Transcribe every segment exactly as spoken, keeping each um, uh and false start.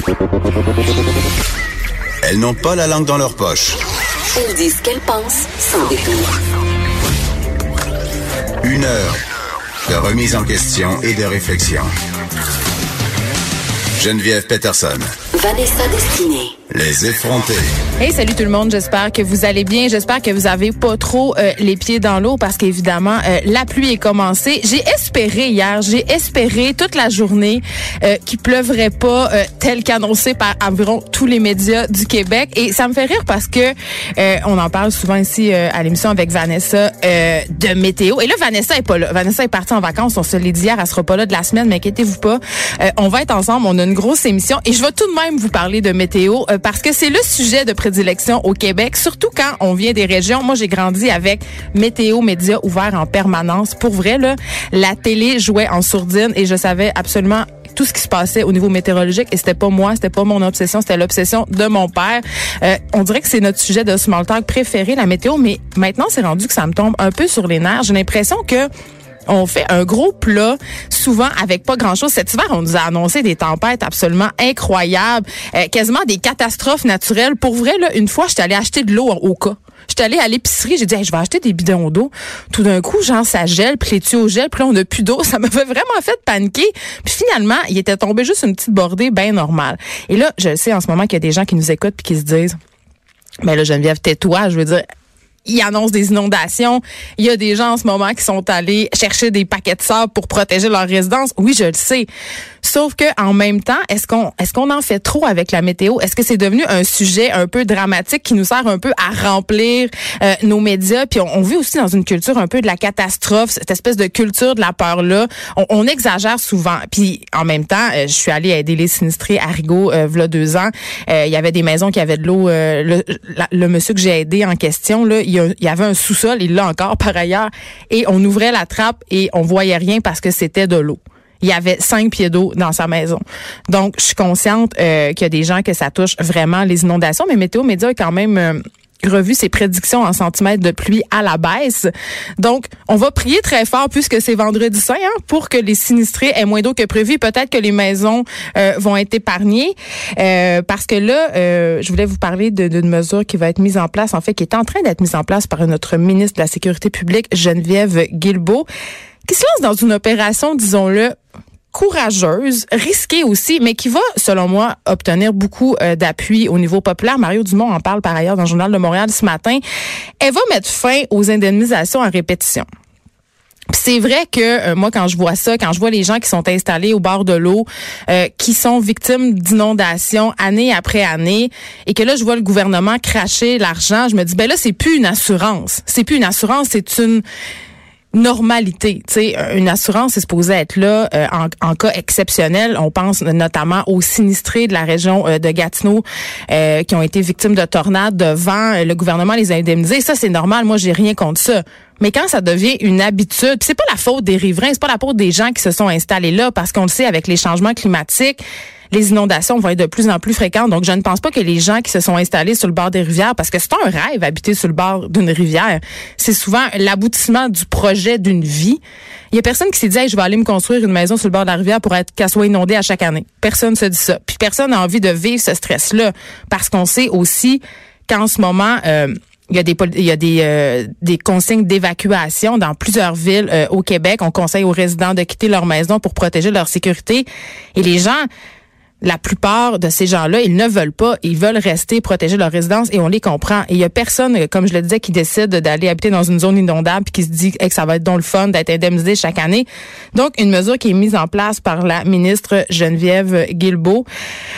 Elles n'ont pas la langue dans leur poche. Elles disent ce qu'elles pensent sans détour. Une heure de remise en question et de réflexion. Geneviève Peterson. Vanessa Destinée. Les effrontés. Hey, salut tout le monde. J'espère que vous allez bien. J'espère que vous avez pas trop euh, les pieds dans l'eau parce qu'évidemment, euh, la pluie est commencée. J'ai espéré hier, j'ai espéré toute la journée euh, qu'il pleuvrait pas euh, tel qu'annoncé par environ tous les médias du Québec. Et ça me fait rire parce que euh, on en parle souvent ici euh, à l'émission avec Vanessa euh, de météo. Et là, Vanessa est pas là. Vanessa est partie en vacances. On se l'est dit hier, elle sera pas là de la semaine, mais inquiétez-vous pas. Euh, on va être ensemble. On a une grosse émission et je vais tout de même vous parler de météo euh, parce que c'est le sujet de prédilection au Québec, surtout quand on vient des régions. Moi, j'ai grandi avec Météo Média ouvert en permanence. Pour vrai, là, la télé jouait en sourdine et je savais absolument tout ce qui se passait au niveau météorologique et c'était pas moi, c'était pas mon obsession, c'était l'obsession de mon père. Euh, on dirait que c'est notre sujet de small talk préféré, la météo, mais maintenant, c'est rendu que ça me tombe un peu sur les nerfs. J'ai l'impression que on fait un gros plat, souvent avec pas grand-chose. Cet hiver, on nous a annoncé des tempêtes absolument incroyables, euh, quasiment des catastrophes naturelles. Pour vrai, là, une fois, j'étais allée acheter de l'eau au cas. J'étais allée à l'épicerie, j'ai dit hey, je vais acheter des bidons d'eau. Tout d'un coup, genre ça gèle, puis les tuyaux gèlent, puis là on n'a plus d'eau. Ça m'avait vraiment fait paniquer. Puis finalement, il était tombé juste une petite bordée bien normale. Et là, je sais en ce moment qu'il y a des gens qui nous écoutent puis qui se disent mais là Geneviève, tais-toi, je veux dire ils annoncent des inondations. Il y a des gens en ce moment qui sont allés chercher des paquets de sable pour protéger leur résidence. Oui, je le sais. Sauf que en même temps, est-ce qu'on est-ce qu'on en fait trop avec la météo? Est-ce que c'est devenu un sujet un peu dramatique qui nous sert un peu à remplir euh, nos médias? Puis on, on vit aussi dans une culture un peu de la catastrophe, cette espèce de culture de la peur-là. On, on exagère souvent. Puis en même temps, euh, je suis allée aider les sinistrés à Rigaud euh, v'là deux ans. Euh, il y avait des maisons qui avaient de l'eau. Euh, le, la, le monsieur que j'ai aidé en question, là, il il y avait un sous-sol, il l'a encore par ailleurs, et on ouvrait la trappe et on voyait rien parce que c'était de l'eau. Il y avait cinq pieds d'eau dans sa maison. Donc, je suis consciente euh, qu'il y a des gens que ça touche vraiment les inondations, mais Météo Média a quand même euh, revu ses prédictions en centimètres de pluie à la baisse. Donc, on va prier très fort puisque c'est vendredi saint hein, pour que les sinistrés aient moins d'eau que prévu. Peut-être que les maisons euh, vont être épargnées euh, parce que là, euh, je voulais vous parler de, d'une mesure qui va être mise en place, en fait, qui est en train d'être mise en place par notre ministre de la Sécurité publique, Geneviève Guilbeault, qui se lance dans une opération, disons-le, courageuse, risquée aussi, mais qui va, selon moi, obtenir beaucoup euh, d'appui au niveau populaire. Mario Dumont en parle par ailleurs dans le Journal de Montréal ce matin. Elle va mettre fin aux indemnisations à répétition. Puis c'est vrai que euh, moi, quand je vois ça, quand je vois les gens qui sont installés au bord de l'eau, euh, qui sont victimes d'inondations année après année, et que là, je vois le gouvernement cracher l'argent, je me dis, ben là, c'est plus une assurance. C'est plus une assurance, c'est une normalité. Tu sais, une assurance est supposée être là euh, en, en cas exceptionnel. On pense notamment aux sinistrés de la région euh, de Gatineau euh, qui ont été victimes de tornades, de vent. Le gouvernement les a indemnisés. Ça, c'est normal. Moi, j'ai rien contre ça. Mais quand ça devient une habitude, pis c'est pas la faute des riverains, c'est pas la faute des gens qui se sont installés là, parce qu'on le sait, avec les changements climatiques, les inondations vont être de plus en plus fréquentes. Donc, je ne pense pas que les gens qui se sont installés sur le bord des rivières, parce que c'est un rêve, habiter sur le bord d'une rivière, c'est souvent l'aboutissement du projet d'une vie. Il y a personne qui s'est dit hey, « je vais aller me construire une maison sur le bord de la rivière pour être qu'elle soit inondée à chaque année ». Personne se dit ça. Puis personne n'a envie de vivre ce stress-là, parce qu'on sait aussi qu'en ce moment... Euh, Il y a des il y a des euh, des consignes d'évacuation dans plusieurs villes euh, au Québec. On conseille aux résidents de quitter leur maison pour protéger leur sécurité. Et les gens, la plupart de ces gens-là, ils ne veulent pas. Ils veulent rester protéger leur résidence et on les comprend. Et il y a personne, comme je le disais, qui décide d'aller habiter dans une zone inondable puis qui se dit hey, que ça va être donc le fun d'être indemnisé chaque année. Donc, une mesure qui est mise en place par la ministre Geneviève Guilbeault.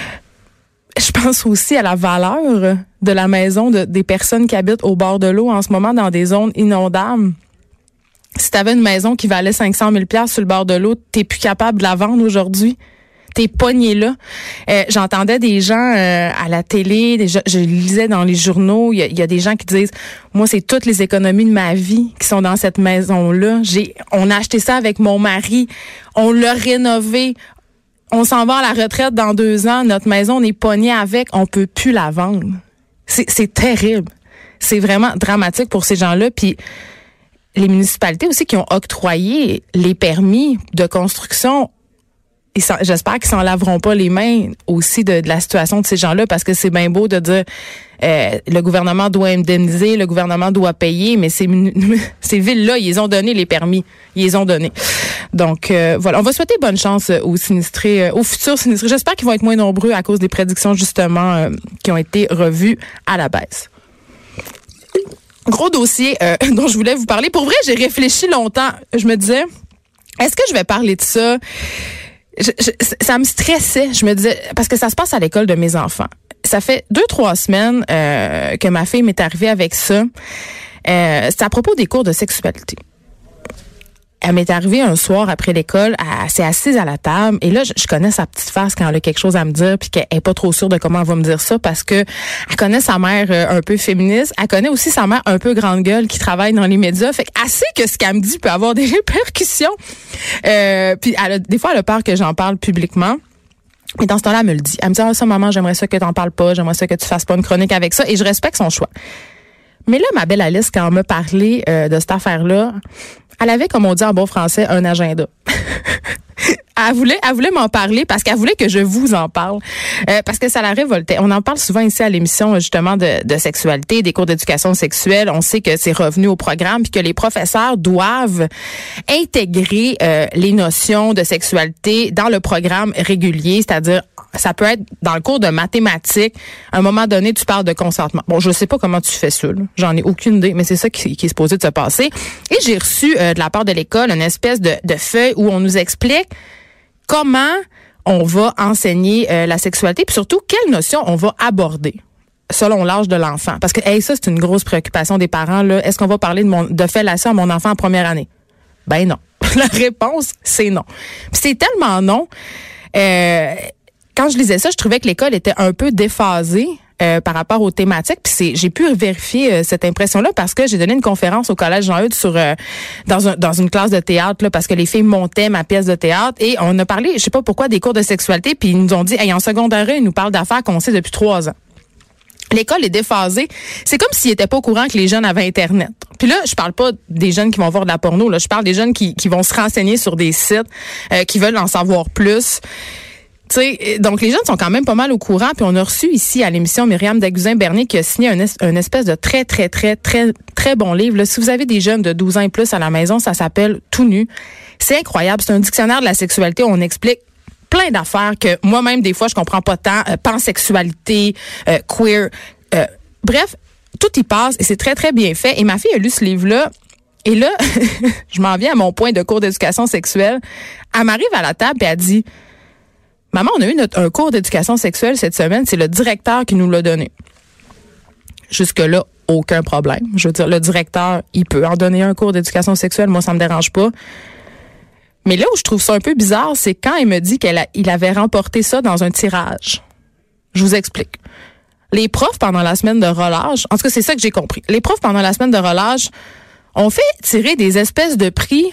Je pense aussi à la valeur de la maison de, des personnes qui habitent au bord de l'eau en ce moment dans des zones inondables. Si tu avais une maison qui valait cinq cent mille dollars sur le bord de l'eau, t'es plus capable de la vendre aujourd'hui. T'es pogné là. Euh, j'entendais des gens euh, à la télé, des gens, je lisais dans les journaux, il y, y a des gens qui disent moi c'est toutes les économies de ma vie qui sont dans cette maison-là. J'ai on a acheté ça avec mon mari, on l'a rénové. On s'en va à la retraite dans deux ans, notre maison, on est pogné avec, on peut plus la vendre. C'est, c'est terrible. C'est vraiment dramatique pour ces gens-là. Puis les municipalités aussi qui ont octroyé les permis de construction, ils j'espère qu'ils s'en laveront pas les mains aussi de, de la situation de ces gens-là, parce que c'est bien beau de dire euh, le gouvernement doit indemniser, le gouvernement doit payer, mais ces, ces villes-là, ils les ont donné les permis. Ils les ont donné. Donc, euh, voilà. On va souhaiter bonne chance aux sinistrés, aux futurs sinistrés. J'espère qu'ils vont être moins nombreux à cause des prédictions, justement, euh, qui ont été revues à la baisse. Gros dossier euh, dont je voulais vous parler. Pour vrai, j'ai réfléchi longtemps. Je me disais, est-ce que je vais parler de ça? Je, je, ça me stressait. Je me disais, parce que ça se passe à l'école de mes enfants. Ça fait deux, trois semaines euh, que ma fille m'est arrivée avec ça. Euh, c'est à propos des cours de sexualité. Elle m'est arrivée un soir après l'école, elle s'est assise à la table et là, je, je connais sa petite face quand elle a quelque chose à me dire puis qu'elle est pas trop sûre de comment elle va me dire ça parce que elle connaît sa mère euh, un peu féministe, elle connaît aussi sa mère un peu grande gueule qui travaille dans les médias, fait qu'elle sait que ce qu'elle me dit peut avoir des répercussions. Euh, puis elle a, des fois, elle a peur que j'en parle publiquement. Mais dans ce temps-là, elle me le dit. Elle me dit, ah, ça, maman, j'aimerais ça que t'en parles pas, j'aimerais ça que tu fasses pas une chronique avec ça et je respecte son choix. Mais là, ma belle Alice, quand elle m'a parlé euh, de cette affaire-là, elle avait, comme on dit en bon français, un agenda. Elle voulait, elle voulait m'en parler parce qu'elle voulait que je vous en parle. Euh, parce que ça la révoltait. On en parle souvent ici à l'émission, justement, de, de sexualité, des cours d'éducation sexuelle. On sait que c'est revenu au programme puis que les professeurs doivent intégrer euh, les notions de sexualité dans le programme régulier, c'est-à-dire ça peut être dans le cours de mathématiques. À un moment donné, tu parles de consentement. Bon, je sais pas comment tu fais ça, là. J'en ai aucune idée, mais c'est ça qui, qui est supposé de se passer. Et j'ai reçu euh, de la part de l'école une espèce de, de feuille où on nous explique comment on va enseigner euh, la sexualité, puis surtout quelles notions on va aborder selon l'âge de l'enfant. Parce que hey, ça, c'est une grosse préoccupation des parents, là. Est-ce qu'on va parler de, mon, de fellation à mon enfant en première année? Ben non. La réponse, c'est non. Puis c'est tellement non. Euh, quand je lisais ça, je trouvais que l'école était un peu déphasée euh, par rapport aux thématiques. Puis c'est, j'ai pu vérifier euh, cette impression-là parce que j'ai donné une conférence au collège Jean-Eudes sur euh, dans un dans une classe de théâtre là, parce que les filles montaient ma pièce de théâtre et on a parlé, je sais pas pourquoi, des cours de sexualité. Puis ils nous ont dit, hey, en secondaire, ils nous parlent d'affaires qu'on sait depuis trois ans. L'école est déphasée. C'est comme s'ils étaient pas au courant que les jeunes avaient Internet. Puis là, je parle pas des jeunes qui vont voir de la porno. Là, je parle des jeunes qui qui vont se renseigner sur des sites, euh, qui veulent en savoir plus. T'sais, donc les jeunes sont quand même pas mal au courant. Puis on a reçu ici à l'émission Myriam Daguzin-Bernier qui a signé un, es- un espèce de très, très, très, très, très bon livre. Là, si vous avez des jeunes de douze ans et plus à la maison, ça s'appelle Tout nu. C'est incroyable. C'est un dictionnaire de la sexualité où on explique plein d'affaires que moi-même, des fois, je comprends pas tant. Euh, pansexualité, euh, queer. Euh, bref, tout y passe et c'est très, très bien fait. Et ma fille a lu ce livre-là. Et là, je m'en viens à mon point de cours d'éducation sexuelle. Elle m'arrive à la table et elle dit... Maman, on a eu notre, un cours d'éducation sexuelle cette semaine. C'est le directeur qui nous l'a donné. Jusque-là, aucun problème. Je veux dire, le directeur, il peut en donner un cours d'éducation sexuelle. Moi, ça me dérange pas. Mais là où je trouve ça un peu bizarre, c'est quand il me dit qu'elle a, il avait remporté ça dans un tirage. Je vous explique. Les profs, pendant la semaine de relâche, en tout cas, c'est ça que j'ai compris. Les profs, pendant la semaine de relâche, ont fait tirer des espèces de prix...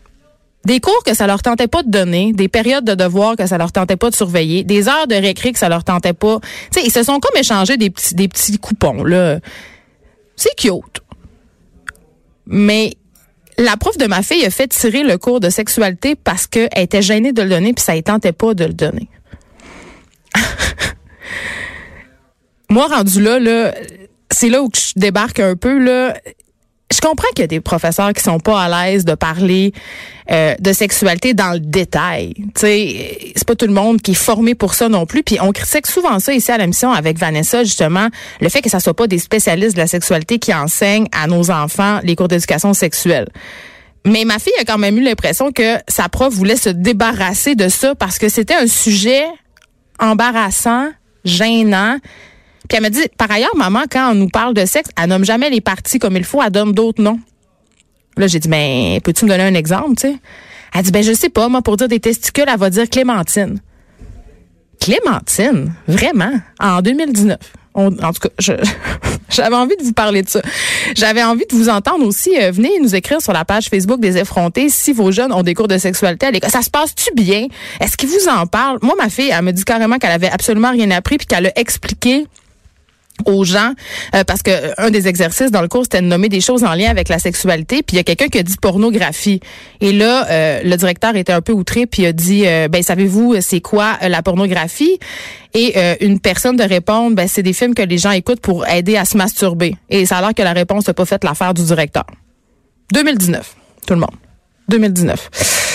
Des cours que ça leur tentait pas de donner, des périodes de devoirs que ça leur tentait pas de surveiller, des heures de récré que ça leur tentait pas. Tu sais, ils se sont comme échangés des petits, des petits coupons, là. C'est cute. Mais la prof de ma fille a fait tirer le cours de sexualité parce qu'elle était gênée de le donner puis ça ne tentait pas de le donner. Moi, rendu là, là, c'est là où je débarque un peu, là. Je comprends qu'il y a des professeurs qui sont pas à l'aise de parler euh, de sexualité dans le détail. Tu sais, c'est pas tout le monde qui est formé pour ça non plus. Puis on critique souvent ça ici à l'émission avec Vanessa, justement, le fait que ça soit pas des spécialistes de la sexualité qui enseignent à nos enfants les cours d'éducation sexuelle. Mais ma fille a quand même eu l'impression que sa prof voulait se débarrasser de ça parce que c'était un sujet embarrassant, gênant. Puis elle me dit, par ailleurs, maman, quand on nous parle de sexe, elle nomme jamais les parties comme il faut, elle donne d'autres noms. Là, j'ai dit, ben, peux-tu me donner un exemple, tu sais? Elle dit, ben, je sais pas, moi, pour dire des testicules, elle va dire Clémentine. Clémentine? Vraiment? En deux mille dix-neuf. On, en tout cas, je, j'avais envie de vous parler de ça. J'avais envie de vous entendre aussi. Euh, venez nous écrire sur la page Facebook des effrontés si vos jeunes ont des cours de sexualité à l'école. Ça se passe-tu bien? Est-ce qu'ils vous en parlent? Moi, ma fille, elle me dit carrément qu'elle avait absolument rien appris puis qu'elle a expliqué aux gens, euh, parce que un des exercices dans le cours, c'était de nommer des choses en lien avec la sexualité, puis il y a quelqu'un qui a dit pornographie. Et là, euh, le directeur était un peu outré, puis il a dit, euh, ben savez-vous, c'est quoi euh, la pornographie? Et euh, une personne de répondre, ben c'est des films que les gens écoutent pour aider à se masturber. Et ça a l'air que la réponse n'a pas fait l'affaire du directeur. deux mille dix-neuf, tout le monde. deux mille dix-neuf.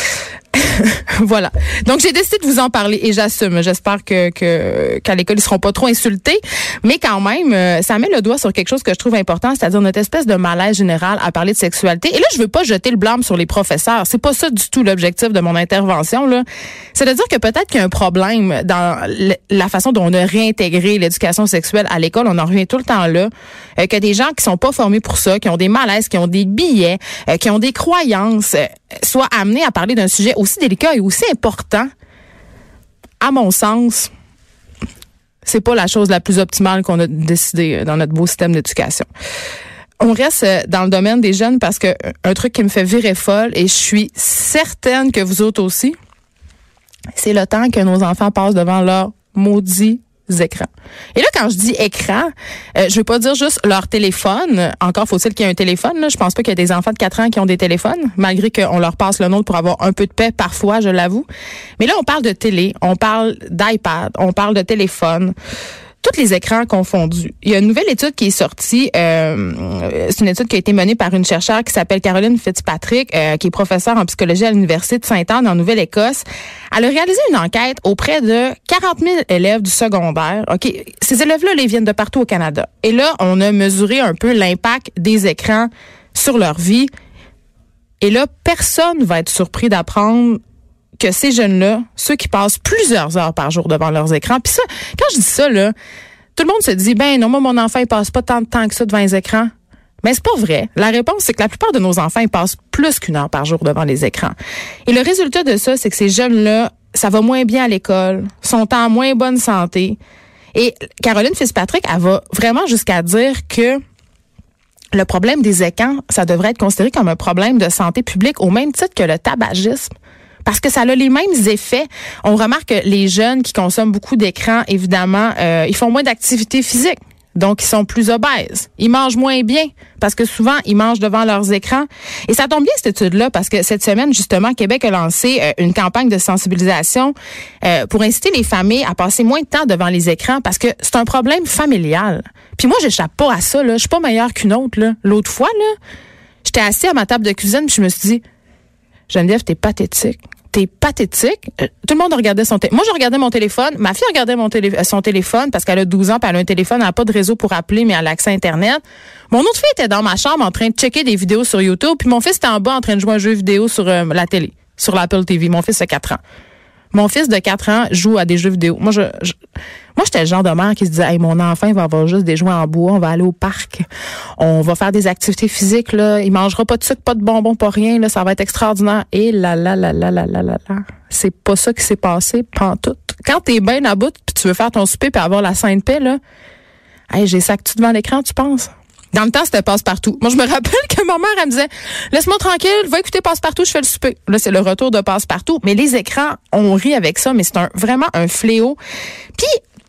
Voilà. Donc, j'ai décidé de vous en parler et j'assume. J'espère que, que qu'à l'école, ils seront pas trop insultés. Mais quand même, euh, ça met le doigt sur quelque chose que je trouve important, c'est-à-dire notre espèce de malaise général à parler de sexualité. Et là, je veux pas jeter le blâme sur les professeurs. C'est pas ça du tout l'objectif de mon intervention, là. C'est de dire que peut-être qu'il y a un problème dans la façon dont on a réintégré l'éducation sexuelle à l'école. On en revient tout le temps là. Euh, que des gens qui sont pas formés pour ça, qui ont des malaises, qui ont des billets, euh, qui ont des croyances, euh, soient amenés à parler d'un sujet aussi délicat et aussi important. À mon sens, c'est pas la chose la plus optimale qu'on a décidé dans notre beau système d'éducation. On reste dans le domaine des jeunes parce que un truc qui me fait virer folle, et je suis certaine que vous autres aussi, c'est le temps que nos enfants passent devant leur maudit écrans. Et là, quand je dis écran, euh, je veux pas dire juste leur téléphone. Encore faut-il qu'il y ait un téléphone. Là. Je pense pas qu'il y a des enfants de quatre ans qui ont des téléphones, malgré qu'on leur passe le nôtre pour avoir un peu de paix parfois, je l'avoue. Mais là, on parle de télé, on parle d'iPad, on parle de téléphone. Tous les écrans confondus. Il y a une nouvelle étude qui est sortie. Euh, c'est une étude qui a été menée par une chercheure qui s'appelle Caroline Fitzpatrick, euh, qui est professeure en psychologie à l'Université de Sainte-Anne en Nouvelle-Écosse. Elle a réalisé une enquête auprès de quarante mille élèves du secondaire. Ok, ces élèves-là, ils viennent de partout au Canada. Et là, on a mesuré un peu l'impact des écrans sur leur vie. Et là, personne va être surpris d'apprendre que ces jeunes-là, ceux qui passent plusieurs heures par jour devant leurs écrans, puis ça, quand je dis ça, là, tout le monde se dit, ben non, moi, mon enfant, il passe pas tant de temps que ça devant les écrans. Mais c'est pas vrai. La réponse, c'est que la plupart de nos enfants, ils passent plus qu'une heure par jour devant les écrans. Et le résultat de ça, c'est que ces jeunes-là, ça va moins bien à l'école, sont en moins bonne santé. Et Caroline Fitzpatrick, elle va vraiment jusqu'à dire que le problème des écrans, ça devrait être considéré comme un problème de santé publique au même titre que le tabagisme. Parce que ça a les mêmes effets. On remarque que les jeunes qui consomment beaucoup d'écrans, évidemment, euh, ils font moins d'activité physique. Donc, ils sont plus obèses. Ils mangent moins bien parce que souvent, ils mangent devant leurs écrans. Et ça tombe bien, cette étude-là, parce que cette semaine, justement, Québec a lancé euh, une campagne de sensibilisation euh, pour inciter les familles à passer moins de temps devant les écrans parce que c'est un problème familial. Puis moi, j'échappe pas à ça, là. Je suis pas meilleure qu'une autre, là. L'autre fois, là, j'étais assise à ma table de cuisine puis je me suis dit, Geneviève, t'es pathétique. T'es pathétique. Euh, tout le monde regardait son téléphone. Moi, je regardais mon téléphone. Ma fille regardait mon télé- son téléphone parce qu'elle a douze ans, puis elle a un téléphone, elle n'a pas de réseau pour appeler, mais elle a accès à Internet. Mon autre fille était dans ma chambre en train de checker des vidéos sur YouTube, puis mon fils était en bas en train de jouer à un jeu vidéo sur euh, la télé, sur l'Apple T V. Mon fils a quatre ans. Mon fils de quatre ans joue à des jeux vidéo. Moi, je, je moi, j'étais le genre de mère qui se disait, hey, mon enfant, il va avoir juste des jouets en bois, on va aller au parc, on va faire des activités physiques, là, il mangera pas de sucre, pas de bonbons, pas rien, là, ça va être extraordinaire. Et là, là, là, là, là, là, là, là. C'est pas ça qui s'est passé, pantoute. Quand t'es bien à bout, puis tu veux faire ton souper puis avoir la sainte paix, là, hey, j'ai ça que tu devant l'écran, tu penses? Dans le temps, c'était Passe-Partout. Moi, je me rappelle que ma mère, elle me disait, laisse-moi tranquille, va écouter Passe-Partout, je fais le souper. Là, c'est le retour de Passe-Partout. Mais les écrans, on rit avec ça, mais c'est un, vraiment un fléau. Puis,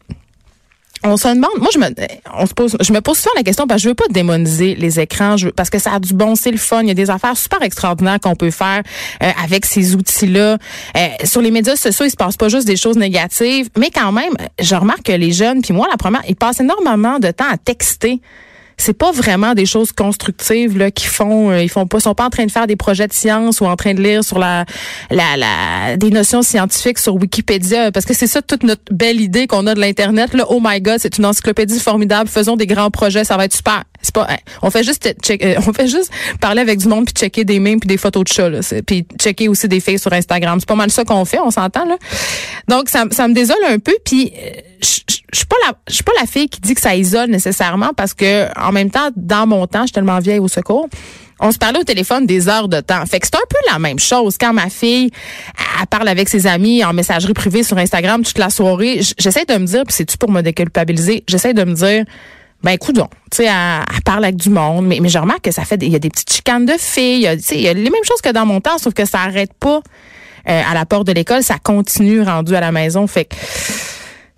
on se demande, moi, je me, on se pose, je me pose souvent la question parce que je veux pas démoniser les écrans, je veux, parce que ça a du bon, c'est le fun. Il y a des affaires super extraordinaires qu'on peut faire euh, avec ces outils-là. Euh, sur les médias sociaux, il se passe pas juste des choses négatives, mais quand même, je remarque que les jeunes, puis moi, la première, ils passent énormément de temps à texter. C'est pas vraiment des choses constructives là qu'ils font, euh, ils font pas, sont pas en train de faire des projets de science ou en train de lire sur la, la, la des notions scientifiques sur Wikipédia, parce que c'est ça toute notre belle idée qu'on a de l'internet là. Oh my God, c'est une encyclopédie formidable. Faisons des grands projets, ça va être super. C'est pas, hein, on fait juste check, euh, on fait juste parler avec du monde puis checker des memes puis des photos de chats là, puis checker aussi des filles sur Instagram. C'est pas mal ça qu'on fait, on s'entend là. Donc ça, ça me désole un peu puis. Euh, je suis pas la je suis pas la fille qui dit que ça isole nécessairement parce que en même temps dans mon temps, je suis tellement vieille au secours, on se parlait au téléphone des heures de temps. Fait que c'est un peu la même chose quand ma fille elle parle avec ses amis en messagerie privée sur Instagram toute la soirée, j'essaie de me dire, puis c'est-tu pour me déculpabiliser, j'essaie de me dire ben coudonc, tu sais, elle, elle parle avec du monde, mais mais je remarque que ça fait il y a des petites chicanes de filles, tu sais, il y a les mêmes choses que dans mon temps, sauf que ça arrête pas euh, à la porte de l'école, ça continue rendu à la maison. Fait que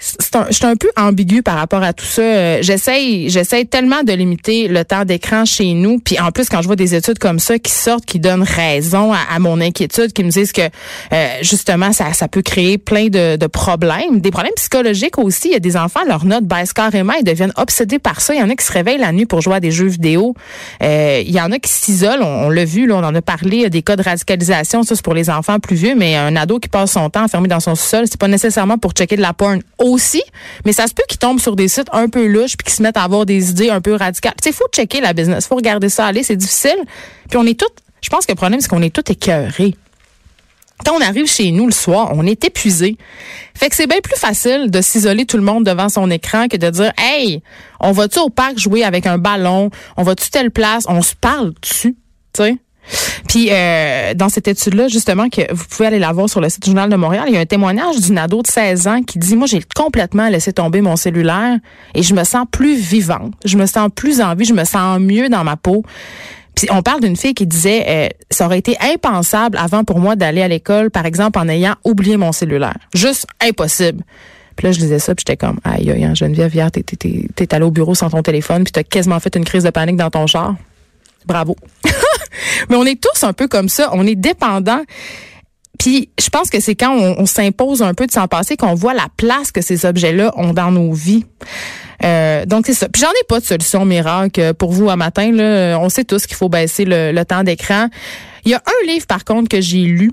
c'est un, je suis un peu ambiguë par rapport à tout ça. Euh, j'essaye, j'essaye tellement de limiter le temps d'écran chez nous. Puis en plus, quand je vois des études comme ça qui sortent, qui donnent raison à, à mon inquiétude, qui me disent que euh, justement, ça, ça peut créer plein de, de problèmes. Des problèmes psychologiques aussi. Il y a des enfants, leurs notes baissent carrément. Ils deviennent obsédés par ça. Il y en a qui se réveillent la nuit pour jouer à des jeux vidéo. Euh, il y en a qui s'isolent. On, on l'a vu, là, on en a parlé. Il y a des cas de radicalisation. Ça, c'est pour les enfants plus vieux. Mais un ado qui passe son temps enfermé dans son sous-sol, c'est pas nécessairement pour checker de la porn aussi. Mais ça se peut qu'ils tombent sur des sites un peu louches puis qu'ils se mettent à avoir des idées un peu radicales. Tu sais, faut checker la business. Faut regarder ça aller. C'est difficile. Puis on est tous, je pense que le problème, c'est qu'on est tous écœurés. Quand on arrive chez nous le soir, on est épuisé. Fait que c'est bien plus facile de s'isoler tout le monde devant son écran que de dire « Hey, on va-tu au parc jouer avec un ballon? On va-tu telle place? On se parle dessus? » Tu sais? Puis euh, dans cette étude-là, justement, que vous pouvez aller la voir sur le site du Journal de Montréal, il y a un témoignage d'une ado de seize ans qui dit « Moi, j'ai complètement laissé tomber mon cellulaire et je me sens plus vivante, je me sens plus en vie, je me sens mieux dans ma peau. » Puis on parle d'une fille qui disait euh, ça aurait été impensable avant pour moi d'aller à l'école, par exemple, en ayant oublié mon cellulaire. Juste impossible. Puis là, je lisais ça, puis j'étais comme, aïe, aïe, Geneviève, hier, t'es, t'es, t'es, t'es allée au bureau sans ton téléphone, puis t'as quasiment fait une crise de panique dans ton char. Bravo. Mais on est tous un peu comme ça. On est dépendants. Puis je pense que c'est quand on, on s'impose un peu de s'en passer qu'on voit la place que ces objets-là ont dans nos vies. Euh, donc c'est ça. Puis j'en ai pas de solution miracle pour vous à matin. Là, on sait tous qu'il faut baisser le, le temps d'écran. Il y a un livre par contre que j'ai lu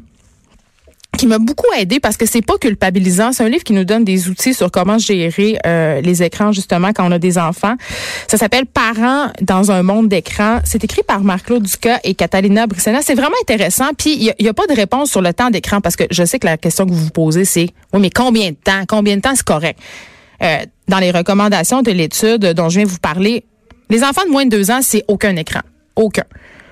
qui m'a beaucoup aidé parce que c'est pas culpabilisant. C'est un livre qui nous donne des outils sur comment gérer euh, les écrans justement quand on a des enfants. Ça s'appelle Parents dans un monde d'écran. C'est écrit par Marc-Claude Ducas et Catalina Brissena. C'est vraiment intéressant. Puis il y, y a pas de réponse sur le temps d'écran parce que je sais que la question que vous vous posez c'est oui mais combien de temps? Combien de temps c'est correct? Euh, dans les recommandations de l'étude dont je viens vous parler, les enfants de moins de deux ans, c'est aucun écran. Aucun.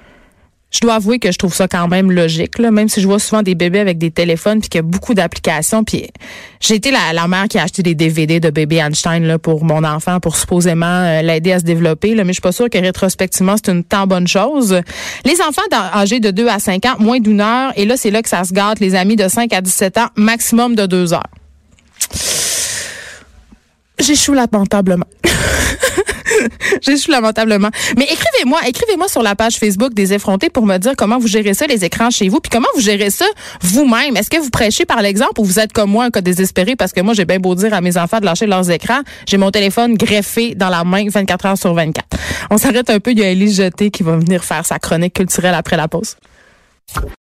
Je dois avouer que je trouve ça quand même logique, là, même si je vois souvent des bébés avec des téléphones puis qu'il y a beaucoup d'applications. Puis j'ai été la, la mère qui a acheté des D V D de bébé Einstein là, pour mon enfant pour supposément euh, l'aider à se développer. Là, mais je suis pas sûre que rétrospectivement, c'est une tant bonne chose. Les enfants âgés de deux à cinq ans, moins d'une heure. Et là, c'est là que ça se gâte. Les amis de cinq à dix-sept ans, maximum de deux heures. J'échoue lamentablement. J'échoue lamentablement. Mais écrivez-moi, écrivez-moi sur la page Facebook des effrontés pour me dire comment vous gérez ça, les écrans chez vous, puis comment vous gérez ça vous-même. Est-ce que vous prêchez par l'exemple ou vous êtes comme moi, un cas désespéré, parce que moi, j'ai bien beau dire à mes enfants de lâcher leurs écrans, j'ai mon téléphone greffé dans la main vingt-quatre heures sur vingt-quatre. On s'arrête un peu, il y a Élise Jeté qui va venir faire sa chronique culturelle après la pause.